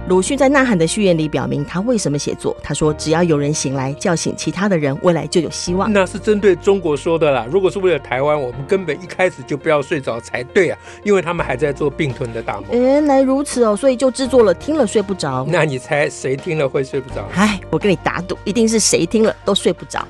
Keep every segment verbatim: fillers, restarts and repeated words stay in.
鲁迅在《呐喊》的序言里表明他为什么写作，他说只要有人醒来叫醒其他的人，未来就有希望。 那是针对中国说的啦，如果是为了台湾，我们根本一开始就不要睡着才对啊，因为他们还在做并吞的大梦。 原来如此哦，所以就制作了听了睡不着。 那你猜谁听了会睡不着？ 哎，我跟你打赌，一定是谁听了都睡不着。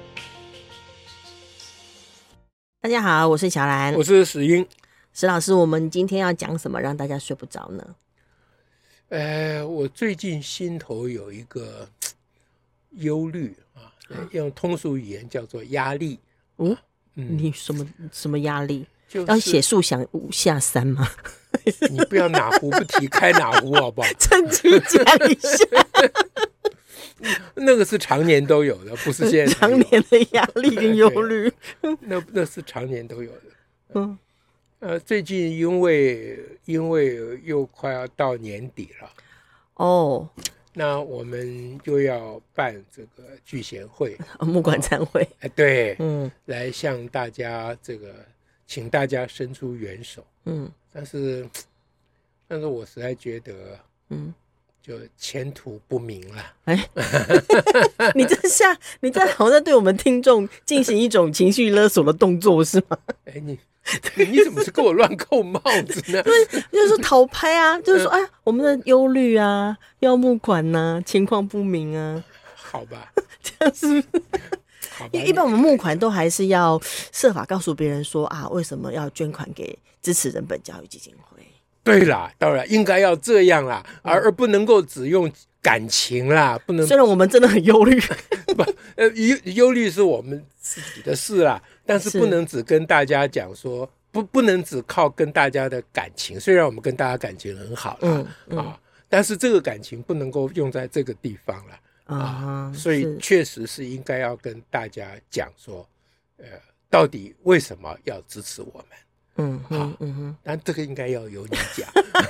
大家好，我是小兰， 我是史英。 史老师，我们今天要讲什么让大家睡不着呢？ 呃，我最近心头有一个忧虑啊，用通俗语言叫做压力。 哦，嗯，你什么什么压力？ 就是要写速想五下三吗？ 你不要哪壶不提开哪壶好不好？ 趁机讲一下。 那个是常年都有的，不是现在常年的压力跟忧虑。 那那是常年都有的。 嗯。 呃，最近因为因为又快要到年底了， 哦， 那我们就要办这个聚贤会、 募款餐会， 哎，对， 嗯， 来向大家这个，请大家伸出援手， 嗯， 但是，但是我实在觉得，嗯，就前途不明了。 哎，你这下，你这好像在对我们听众进行一种情绪勒索的动作，是吗？ 哎，你。你怎么是给我乱扣帽子呢？ 就是说讨拍啊，就是说，哎，我们的忧虑啊，要募款呐、啊，情况不明啊。 好吧， 这样是不是？因为一般我们募款都还是要设法告诉别人说啊，为什么要捐款给支持人本教育基金会？ 对啦，当然应该要这样啦，而而不能够只用感情啦，不能。 虽然我们真的很忧虑， 不，呃，忧忧虑是我们自己的事啦，但是不能只跟大家讲说，不不能只靠跟大家的感情。虽然我们跟大家感情很好啦，嗯嗯、啊，但是这个感情不能够用在这个地方了啊，啊所以确实是应该要跟大家讲说，呃，到底为什么要支持我们？嗯好，嗯哼，但这个应该要由你讲。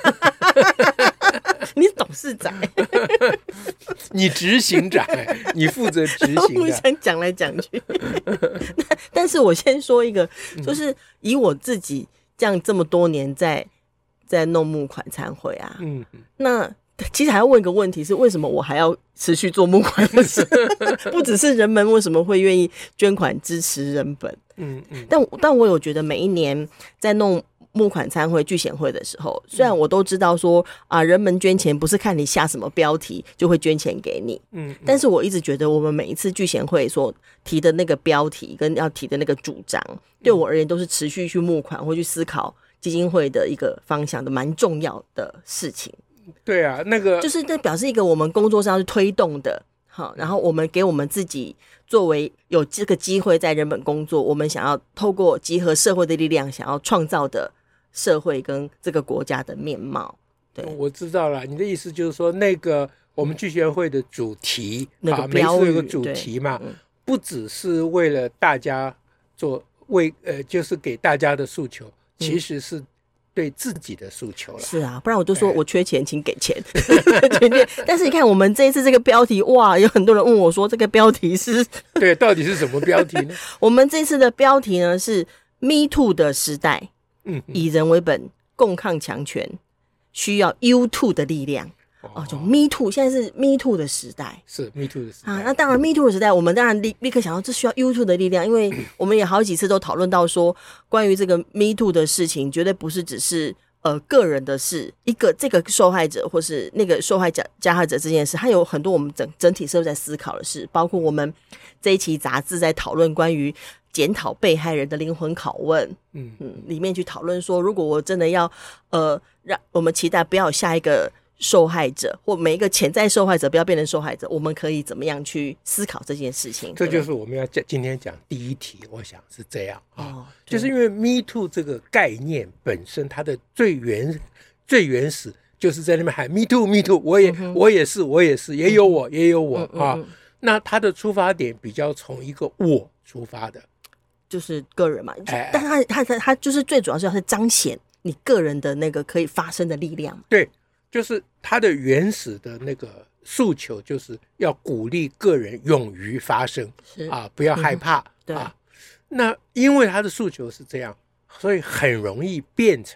你董事长， 你执行长，你负责执行的。 互相讲来讲去。但是我先说一个，就是以我自己这样这么多年在在弄募款餐会啊，嗯，那其实还要问一个问题是，为什么我还要持续做募款的事？不只是人们为什么会愿意捐款支持人本，嗯嗯，但但我有觉得每一年在弄募款餐会聚贤会的时候，虽然我都知道说啊，人们捐钱不是看你下什么标题就会捐钱给你，嗯，但是我一直觉得我们每一次聚贤会所提的那个标题跟要提的那个主张，对我而言都是持续去募款或去思考基金会的一个方向的蛮重要的事情。 对啊，那个就是这表示一个我们工作上是推动的，好，然后我们给我们自己作为有这个机会在人本工作，我们想要透过集合社会的力量，想要创造的社会跟这个国家的面貌。对， 我知道了，你的意思就是说，那个我们聚贤会的主题， 那个标语， 啊、每次有个主题嘛，嗯、不只是为了大家做为呃，就是给大家的诉求，其实是对自己的诉求了。 是啊，不然我就说我缺钱，请给钱。但是你看，我们这一次这个标题，哇，有很多人问我说，这个标题是对，到底是什么标题呢？ 我们这次的标题呢是 Me Too 的时代。嗯，以人为本，共抗强权，需要 You Too 的力量。哦，就 Me Too， 现在是 Me Too 的时代， 是 Me Too 的时代啊。那当然 Me Too 的时代，我们当然立立刻想到这需要 You Too 的力量，因为我们也好几次都讨论到说，关于这个 Me Too 的事情，绝对不是只是呃个人的事，一个这个受害者或是那个受害者加害者这件事，它有很多我们整整体社会在思考的事，包括我们这一期杂志在讨论关于检讨被害人的灵魂拷问，嗯嗯，里面去讨论说，如果我真的要呃让我们期待不要有下一个受害者，或每一个潜在受害者不要变成受害者，我们可以怎么样去思考这件事情？ 这就是我们要今天讲第一题，我想是这样啊，哦、就是因为 Me Too 这个概念本身，它的最原最原始就是在那边喊 Me Too Me Too， 我也、嗯、我也是我也是也有我、嗯、也有我、嗯、啊、嗯，那它的出发点比较从一个我出发的。 就是个人嘛，哎、但他他他他就是最主要是要是彰显你个人的那个可以发声的力量。 对，就是他的原始的那个诉求，就是要鼓励个人勇于发声啊，不要害怕、嗯、 对啊。那因为他的诉求是这样，所以很容易变成把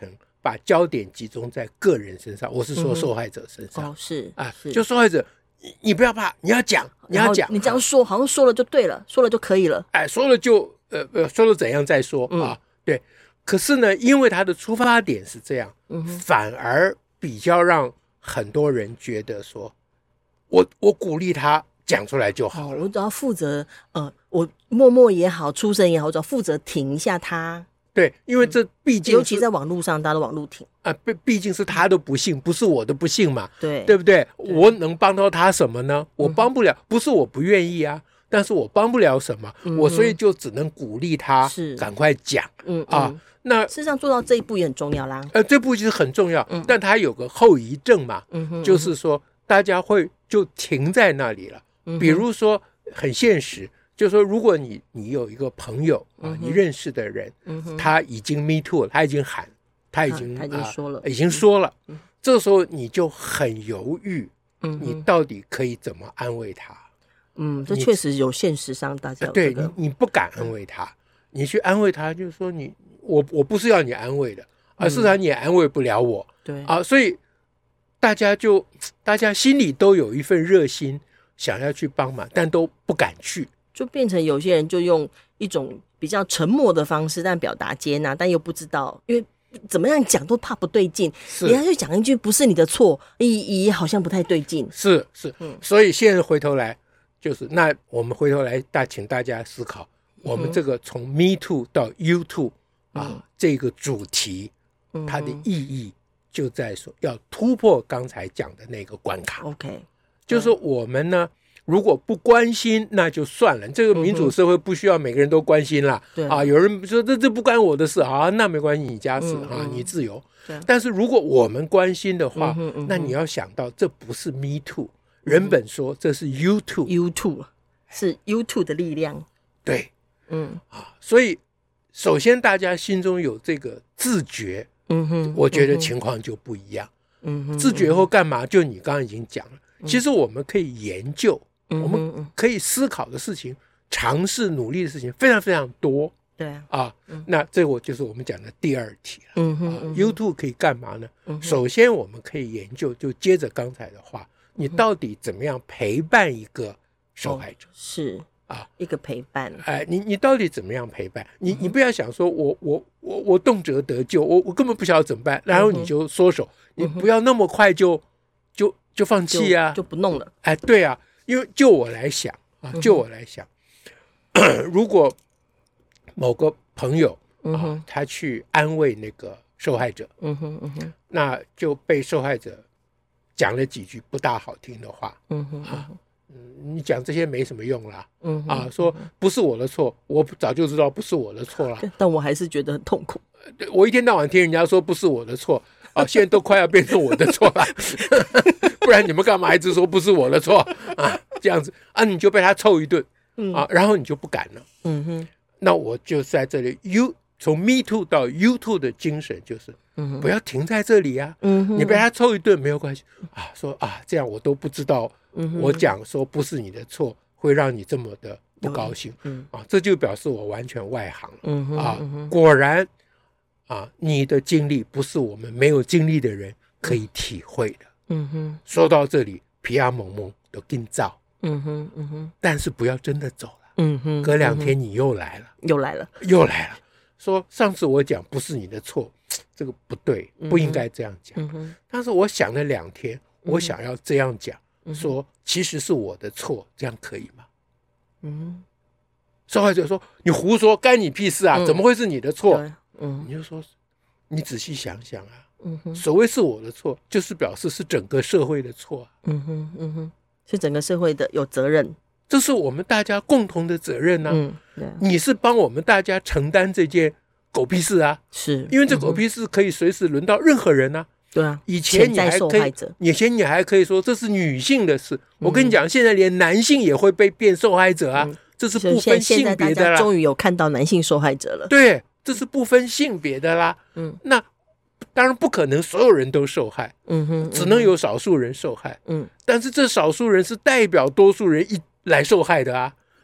把焦点集中在个人身上，我是说受害者身上。 嗯、哦，是啊， 是就受害者，你你不要怕，你要讲，你要讲， 你这样说，好像说了就对了，说了就可以了。 哎，说了就呃呃，说了怎样再说、嗯、啊？对。可是呢，因为他的出发点是这样，嗯、反而比较让很多人觉得说，我我鼓励他讲出来就好了、 哦、我只要负责，呃，我默默也好，出声也好，我只要负责停一下他。 对，因为这毕竟、 嗯、尤其在网络上，大家都网络停啊，毕毕竟是他的不幸，不是我的不幸嘛， 对对不对？对，我能帮到他什么呢？我帮不了，嗯、不是我不愿意啊，但是我帮不了什么，嗯、我所以就只能鼓励他赶快讲，嗯啊。嗯那事实上做到这一步也很重要啦。 呃，这步其实很重要，嗯、但它有个后遗症嘛，嗯、就是说大家会就停在那里了。嗯、比如说很现实，就是说如果你你有一个朋友啊，嗯、你认识的人，嗯、他已经 me too 了，他已经喊，他已经、 啊、他已经说了， 呃、已经说了，嗯、这时候你就很犹豫，嗯、你到底可以怎么安慰他？ 嗯，这确实有现实上大家有、这个、 对你你不敢安慰他，你去安慰他，就是说你。我我不是要你安慰的，而事实上你也安慰不了我， 嗯、对啊，所以大家就大家心里都有一份热心，想要去帮忙，但都不敢去， 就变成有些人就用一种比较沉默的方式，但表达接纳，但又不知道，因为怎么样讲都怕不对劲，人家就讲一句不是你的错，也好像不太对劲， 是是，嗯、所以现在回头来就是那我们回头来大请大家思考，我们这个从 Me Too 到 You Too。啊，嗯、这个主题，它的意义就在说要突破刚才讲的那个关卡。 OK， 就是说我们呢，如果不关心，那就算了。这个民主社会不需要每个人都关心啦。 嗯、 啊，有人说这这不关我的事啊，那没关系，你家事、嗯、啊，你自由。但是如果我们关心的话，嗯嗯、那你要想到，这不是 Me Too， 人本说这是 You Too，You Too 是 You Too 的力量。 对，嗯啊，所以。首先，大家心中有这个自觉，嗯哼，我觉得情况就不一样。嗯哼，自觉后干嘛？就你刚刚已经讲了，嗯、其实我们可以研究，嗯、我们可以思考的事情、尝试努力的事情非常非常多。 对啊， 啊，嗯、那这我就是我们讲的第二题了。嗯哼、啊、，You Too 可以干嘛呢？嗯、首先，我们可以研究，就接着刚才的话，你到底怎么样陪伴一个受害者？ 哦、是。啊，一个陪伴， 哎，你你到底怎么样陪伴？你你不要想说我我我我动辄得救，我我根本不晓得怎么办，然后你就缩手，嗯、你不要那么快就就就放弃啊， 就, 就不弄了。 哎，对啊，因为就我来想啊，就我来想，嗯、如果某个朋友啊，嗯、他去安慰那个受害者，嗯哼嗯哼，那就被受害者讲了几句不大好听的话，嗯哼啊。嗯、你讲这些没什么用啦，嗯啊，说不是我的错，我早就知道不是我的错了， 但我还是觉得很痛苦。 我一天到晚听人家说不是我的错啊，现在都快要变成我的错了，不然你们干嘛一直说不是我的错啊？这样子啊，你就被他臭一顿啊，然后你就不敢了。嗯哼，那我就在这里 ，You 从 Me Too 到 You Too 的精神就是，嗯、不要停在这里啊。嗯哼，你被他臭一顿没有关系啊，说啊这样我都不知道。我讲说不是你的错，会让你这么的不高兴，嗯啊，这就表示我完全外行了，嗯啊，嗯果然啊，你的经历不是我们没有经历的人可以体会的，嗯哼。说到这里，皮亚蒙蒙都更燥，嗯哼嗯哼，但是不要真的走了，嗯哼。隔两天你又来了， 又来了， 又来了，说上次我讲不是你的错，这个不对，不应该这样讲，嗯哼。但是我想了两天，我想要这样讲。说其实是我的错，这样可以吗？嗯，受害者说你胡说，干你屁事啊，嗯、怎么会是你的错？嗯，你就说你仔细想想啊，嗯哼，所谓是我的错，就是表示是整个社会的错、啊， 嗯哼嗯哼，是整个社会的有责任， 这是我们大家共同的责任啊。嗯，对，你是帮我们大家承担这件狗屁事啊， 是因为这狗屁事可以随时轮到任何人啊。 对啊， 以前你还可以，以前你还可以说这是女性的事。嗯、我跟你讲，现在连男性也会被变受害者啊，嗯、这是不分性别的啦。 终于有看到男性受害者了。 对，这是不分性别的啦。嗯，那当然不可能所有人都受害，嗯哼，只能有少数人受害。嗯，但是这少数人是代表多数人一来受害的啊。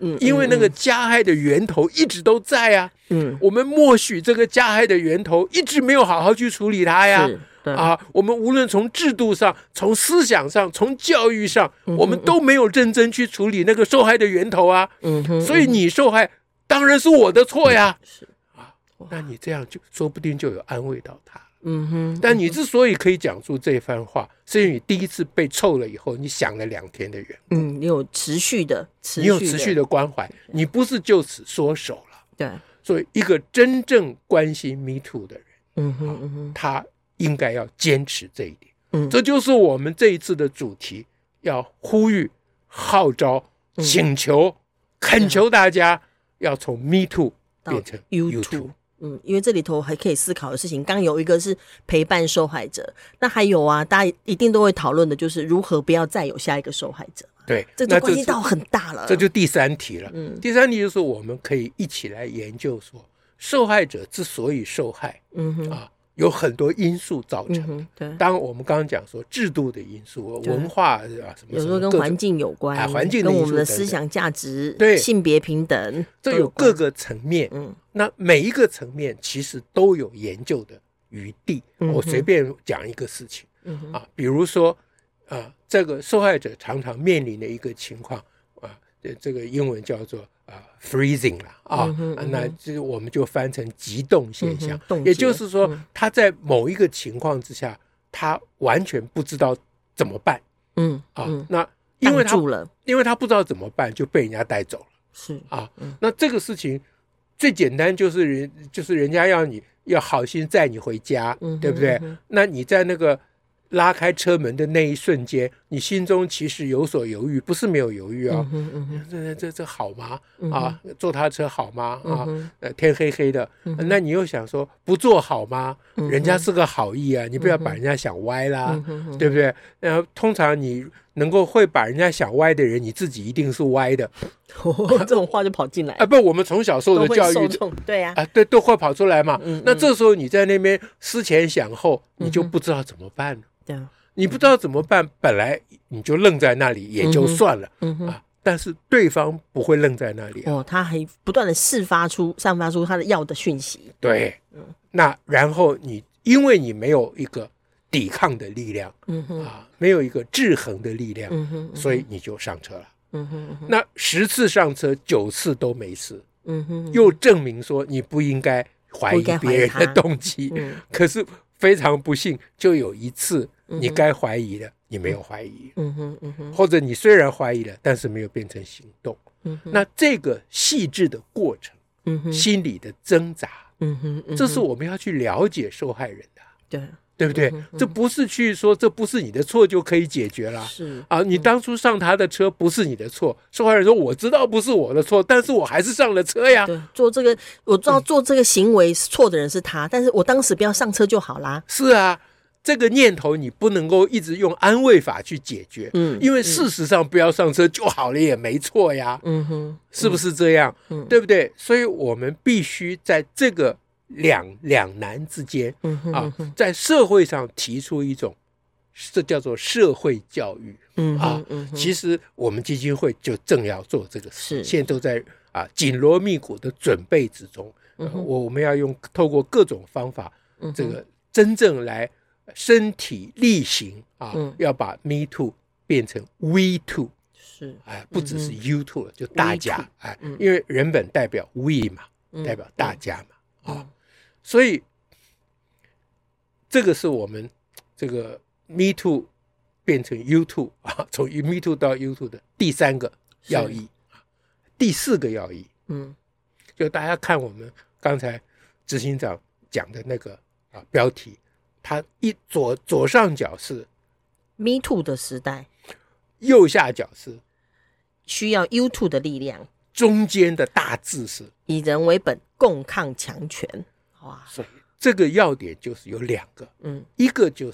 嗯，因为那个加害的源头一直都在啊。嗯，我们默许这个加害的源头一直没有好好去处理它呀。啊，我们无论从制度上、从思想上、从教育上，嗯、我们都没有认真去处理那个受害的源头啊。嗯哼，所以你受害当然是我的错呀。是啊，那你这样就说不定就有安慰到他。嗯哼，但你之所以可以讲出这番话，是因为你第一次被臭了以后，你想了两天的缘故。嗯， 你有持续的，持续的你有持续的关怀，你不是就此缩手了。 对， 所以一个真正关心 Me Too 的人，嗯哼嗯哼，他应该要坚持这一点。嗯，这就是我们这一次的主题，要呼吁、号召、请求、嗯、恳求大家要从 Me Too 变成 You Too。 嗯，因为这里头还可以思考的事情，刚有一个是陪伴受害者，那还有啊，大家一定都会讨论的就是如何不要再有下一个受害者。 对， 这就关系到很大了。 这就第三题了。嗯，第三题就是我们可以一起来研究说，受害者之所以受害，嗯哼啊，有很多因素造成的。嗯、对，当然我们刚刚讲说制度的因素、文化啊什么， 有时候跟环境有关， 啊、环境的因素跟我们的思想价值、 对性别平等， 这有各个层面。嗯，那每一个层面其实都有研究的余地。嗯、我随便讲一个事情，嗯、啊，比如说啊，这个受害者常常面临的一个情况啊，这个英文叫做啊 freezing 啦啊，嗯嗯嗯、那这我们就翻成急冻现象，嗯、也就是说、嗯、他在某一个情况之下，他完全不知道怎么办。嗯啊，嗯那因为他因为他不知道怎么办，就被人家带走了。是啊，嗯、那这个事情最简单就是人就是人家要你要好心载你回家，嗯、对不对？嗯、那你在那个拉开车门的那一瞬间，你心中其实有所犹豫，不是没有犹豫啊、哦嗯嗯、这这这好吗、嗯、啊，坐他车好吗啊、嗯呃、天黑黑的、嗯、那你又想说不坐好吗、嗯、人家是个好意啊，你不要把人家想歪啦、嗯、对不对？然后通常你能够会把人家想歪的人，你自己一定是歪的。 哦、这种话就跑进来啊！ 不，我们从小受的教育， 对呀、啊， 啊，对，都会跑出来嘛。嗯嗯那这时候你在那边思前想后，你就不知道怎么办了。对、嗯，你不知道怎么办，本来你就愣在那里也就算了、嗯嗯、啊，但是对方不会愣在那里、啊、 哦，他还不断的释发出、散发出他的要的讯息。 对，嗯，那然后你因为你没有一个抵抗的力量，嗯哼啊，没有一个制衡的力量，嗯哼，所以你就上车了。嗯哼嗯哼那十次上车九次都没事，嗯哼嗯哼又证明说你不应该怀疑别人的动机、嗯、可是非常不幸就有一次你该怀疑的、嗯、你没有怀疑、嗯哼嗯哼或者你虽然怀疑了但是没有变成行动、嗯、那这个细致的过程、嗯、哼心理的挣扎、嗯哼嗯哼这是我们要去了解受害人的。对对不对、嗯嗯、这不是去说这不是你的错就可以解决了。是啊，你当初上他的车不是你的错、嗯、受害人说我知道不是我的错，但是我还是上了车呀。 对，做这个我知道做这个行为错的人是他、嗯、但是我当时不要上车就好啦。 是啊，这个念头你不能够一直用安慰法去解决，嗯，因为事实上不要上车就好了也没错呀。嗯哼，是不是这样？嗯，对不对？所以我们必须在这个两两难之间、嗯哼嗯哼啊、在社会上提出一种这叫做社会教育、嗯啊嗯、其实我们基金会就正要做这个事，现在都在啊紧锣密鼓的准备之中、嗯呃、我们要用透过各种方法、嗯、这个真正来身体力行啊、嗯，要把 Me Too 变成 We Too， 是、哎、不只是 You Too 了、嗯、就大家、哎嗯、因为人本代表 We 嘛、嗯、代表大家嘛、嗯啊所以这个是我们这个 Me Too 变成 You Too 啊，从 Me Too 到 You Too 的第三个要义。第四个要义，嗯，就大家看我们刚才执行长讲的那个啊标题，它一左左上角是 Me Too 的时代， 右下角是需要 You Too 的力量， 中间的大字是以人为本，共抗强权。哇， 所以这个要点就是有两个，嗯，一个就是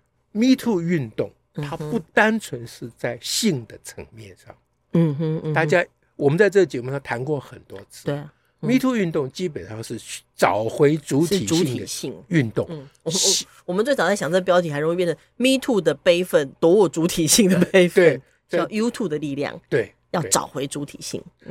Me Too 运动，它不单纯是在性的层面上，嗯哼，嗯哼大家我们在这个节目上谈过很多次，对、嗯、Me Too 运动基本上是找回主体性的运动。嗯， 我, 我, 我们最早在想这标题还容易变成 Me Too 的悲愤夺我主体性的悲愤，对，叫 You Too 的力量， 对， 要找回主体性。嗯，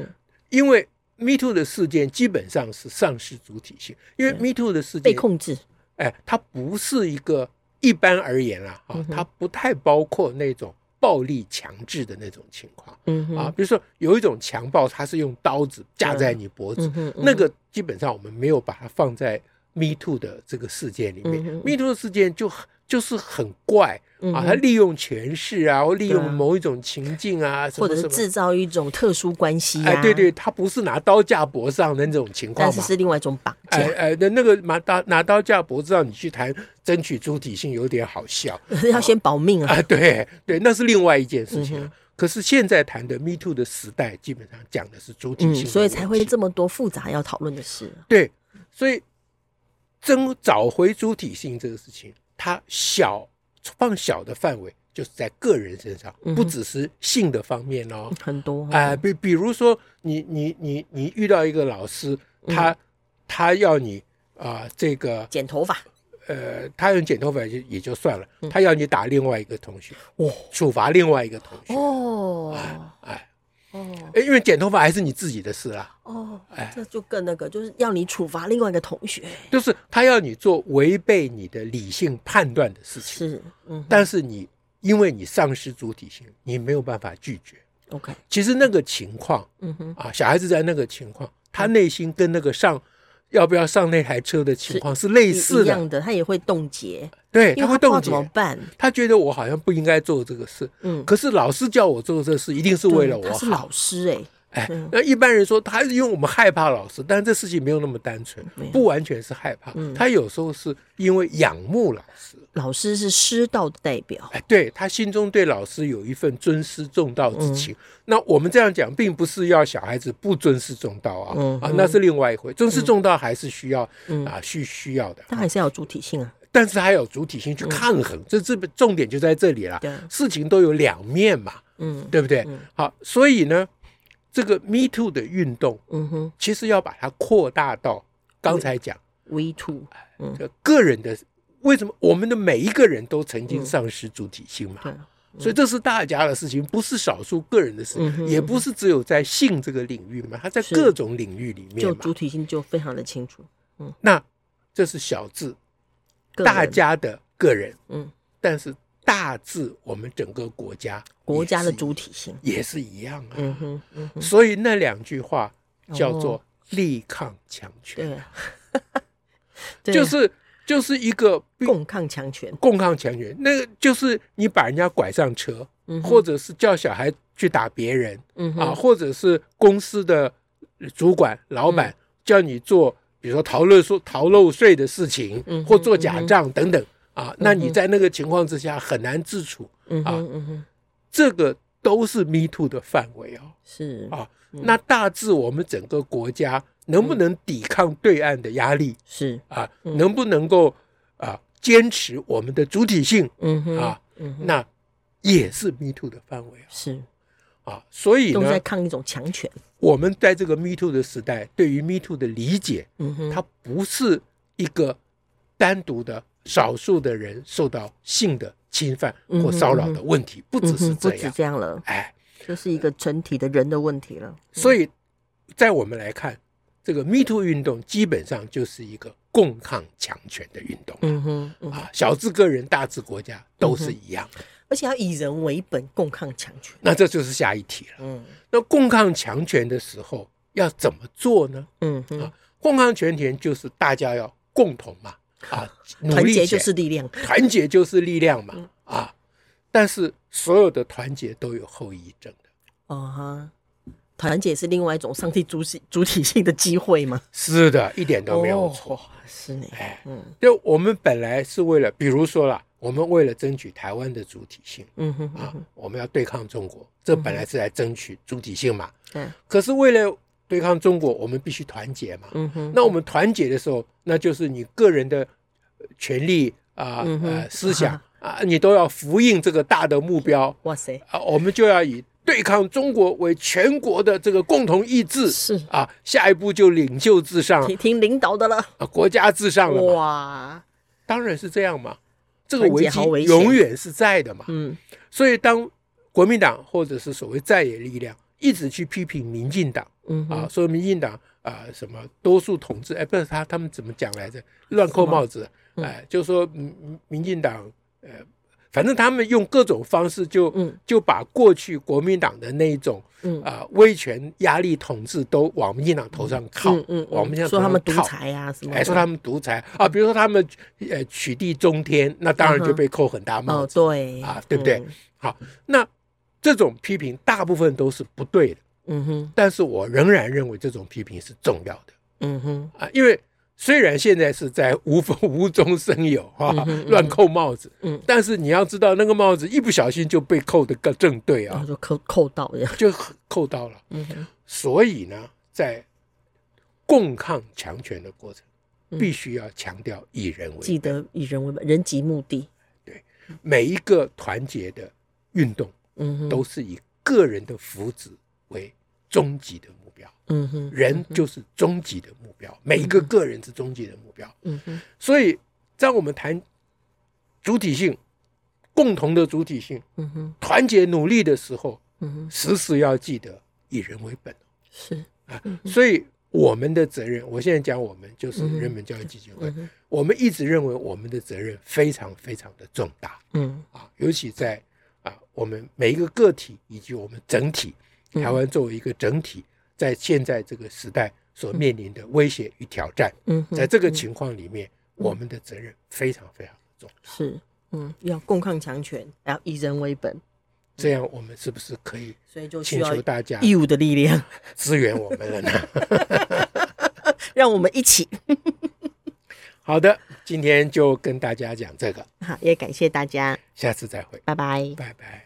因为 Me Too 的事件基本上是丧失主体性，因为 Me Too 的事件被控制， 哎，它不是一个一般而言啦，啊，它不太包括那种暴力强制的那种情况，嗯啊，比如说有一种强暴，它是用刀子架在你脖子，嗯、那个基本上我们没有把它放在 Me Too 的这个事件里面。嗯、Me Too 的事件就就是很怪、嗯、啊，他利用权势啊，或利用某一种情境啊，什么什么或者是制造一种特殊关系啊， 哎，对对，他不是拿刀架脖上的那种情况嘛， 但是是另外一种绑架。 哎哎，那那个拿刀拿刀架脖子上，你去谈争取主体性有点好笑， 要先保命啊！ 啊，对对，那是另外一件事情、啊嗯、可是现在谈的 Me Too 的时代，基本上讲的是主体性的、嗯， 所以才会这么多复杂要讨论的事。 对，所以争找回主体性这个事情，它小放小的范围，就是在个人身上，不只是性的方面哦， 很多啊、呃，比比如说你你你你遇到一个老师，他、嗯、他要你啊、呃、这个剪头发。 呃，他用剪头发也就也就算了，他要你打另外一个同学，哦，处罚另外一个同学， 哦， 哎，哦，因为剪头发还是你自己的事啦， 哦，哎，这就更那个，就是要你处罚另外一个同学， 就是他要你做违背你的理性判断的事情， 是，嗯， 但是你因为你丧失主体性，你没有办法拒绝 ，OK， 其实那个情况，嗯哼，啊，小孩子在那个情况，他内心跟那个上。要不要上那台车的情况是类似的， 一样的，他也会冻结， 对，他会冻结， 怎么办？ 他觉得我好像不应该做这个事，嗯，可是老师叫我做这个事，一定是为了我好。 他是老师哎、欸， 哎，那一般人说他是因为我们害怕老师，但是这事情没有那么单纯，不完全是害怕，嗯、他有时候是因为仰慕老师， 老师是师道的代表， 哎，对，他心中对老师有一份尊师重道之情。嗯、那我们这样讲，并不是要小孩子不尊师重道啊，嗯、啊，那是另外一回，尊师重道还是需要、嗯、啊，需需要的， 他还是要有主体性啊。 但是还有主体性去抗衡，嗯、这这重点就在这里了。事情都有两面嘛，嗯，对不对？嗯、好，所以呢，这个 Me Too 的运动，嗯哼，其实要把它扩大到刚才讲 We Too， 嗯，个人的，为什么我们的每一个人都曾经丧失主体性嘛？嗯、所以这是大家的事情，不是少数个人的事情，嗯、也不是只有在性这个领域嘛，它在各种领域里面嘛， 就主体性就非常的清楚。 嗯，那这是小字。大家的个人，嗯，但是大致我们整个国家， 国家的主体性也是一样啊。嗯哼，嗯哼，所以那两句话叫做力抗强权， 哦、 对，就是就是一个共抗强权， 共抗强权，那个就是你把人家拐上车，嗯、或者是叫小孩去打别人，嗯啊，或者是公司的主管、老板、嗯、叫你做。比如说逃漏税、逃漏税的事情，嗯、或做假账等等、嗯、啊，那你在那个情况之下很难自处、嗯、啊、嗯，这个都是 Me Too 的范围哦。 是啊、嗯，那大致我们整个国家能不能抵抗对岸的压力？ 是啊，嗯、能不能够啊坚持我们的主体性？嗯哼啊，嗯哼，那也是 Me Too 的范围、哦、 是啊，所以呢， 都在抗一种强权。 我们在这个 Me Too 的时代，对于 Me Too 的理解，嗯、它不是一个单独的少数的人受到性的侵犯或骚扰的问题，嗯、不只是这样， 不止这样了，哎，这是一个整体的人的问题了。 所以，在我们来看，这个 Me Too 运动基本上就是一个共抗强权的运动，嗯哼，嗯啊，小至个人，大至国家都是一样的。嗯， 而且要以人为本，共抗强权。 那这就是下一题了。嗯，那共抗强权的时候要怎么做呢？嗯啊，共抗强权就是大家要共同嘛，啊， 团结就是力量， 团结就是力量嘛，嗯、啊，但是所有的团结都有后遗症的。 哦哈，团结是另外一种上帝主体主体性的机会吗？ 是的，一点都没有错。 哦、是呢， 哎，嗯，就我们本来是为了，比如说啦。我们为了争取台湾的主体性，嗯哼啊，我们要对抗中国，这本来是来争取主体性嘛。嗯，可是为了对抗中国，我们必须团结嘛。嗯哼，那我们团结的时候，那就是你个人的权利啊、嗯、呃思想啊，你都要符应这个大的目标。哇塞啊，我们就要以对抗中国为全国的这个共同意志。是啊，下一步就领袖至上， 听听领导的了啊，国家至上了嘛。哇，当然是这样嘛。这个危机永远是在的嘛，嗯，所以当国民党或者是所谓在野力量一直去批评民进党， 嗯啊，说民进党啊、呃、什么多数统治，哎，不是他他们怎么讲来着？乱扣帽子，哎、呃，就说民民进党，呃，反正他们用各种方式就、嗯、就把过去国民党的那一种。嗯啊、呃，威权压力统治都往民进党头上靠，嗯嗯嗯、往民进党头上靠， 说他们独裁啊什么， 哎，说他们独裁啊，比如说他们呃取缔中天，那当然就被扣很大帽子， 嗯、哦对啊，对不对？嗯、好，那这种批评大部分都是不对的，嗯哼，但是我仍然认为这种批评是重要的，嗯哼，啊，因为虽然现在是在无风无中生有哈、啊嗯，乱扣帽子，嗯，但是你要知道那个帽子一不小心就被扣得个正对啊， 就扣扣到了， 就扣到了，嗯哼，所以呢，在共抗强权的过程，嗯、必须要强调以人为本， 记得以人为本，人即目的， 对，每一个团结的运动，嗯，都是以个人的福祉为终极的目标。嗯哼，人就是终极的目标，嗯、每一个个人是终极的目标。嗯哼，所以当我们谈主体性、共同的主体性、嗯哼，团结努力的时候，嗯哼，时时要记得以人为本。 是啊，嗯、所以我们的责任，我现在讲我们就是人本教育基金会，嗯、我们一直认为我们的责任非常非常的重大。嗯啊，尤其在啊我们每一个个体以及我们整体台湾作为一个整体。在现在这个时代所面临的威胁与挑战，嗯，在这个情况里面，嗯、我们的责任非常非常的重要。 是，嗯，要共抗强权，要以人为本， 这样我们是不是可以？ 所以就请求大家义务的力量支援我们了呢？ 让我们一起。 好的，今天就跟大家讲这个。 好，也感谢大家， 下次再会， 拜拜， 拜拜。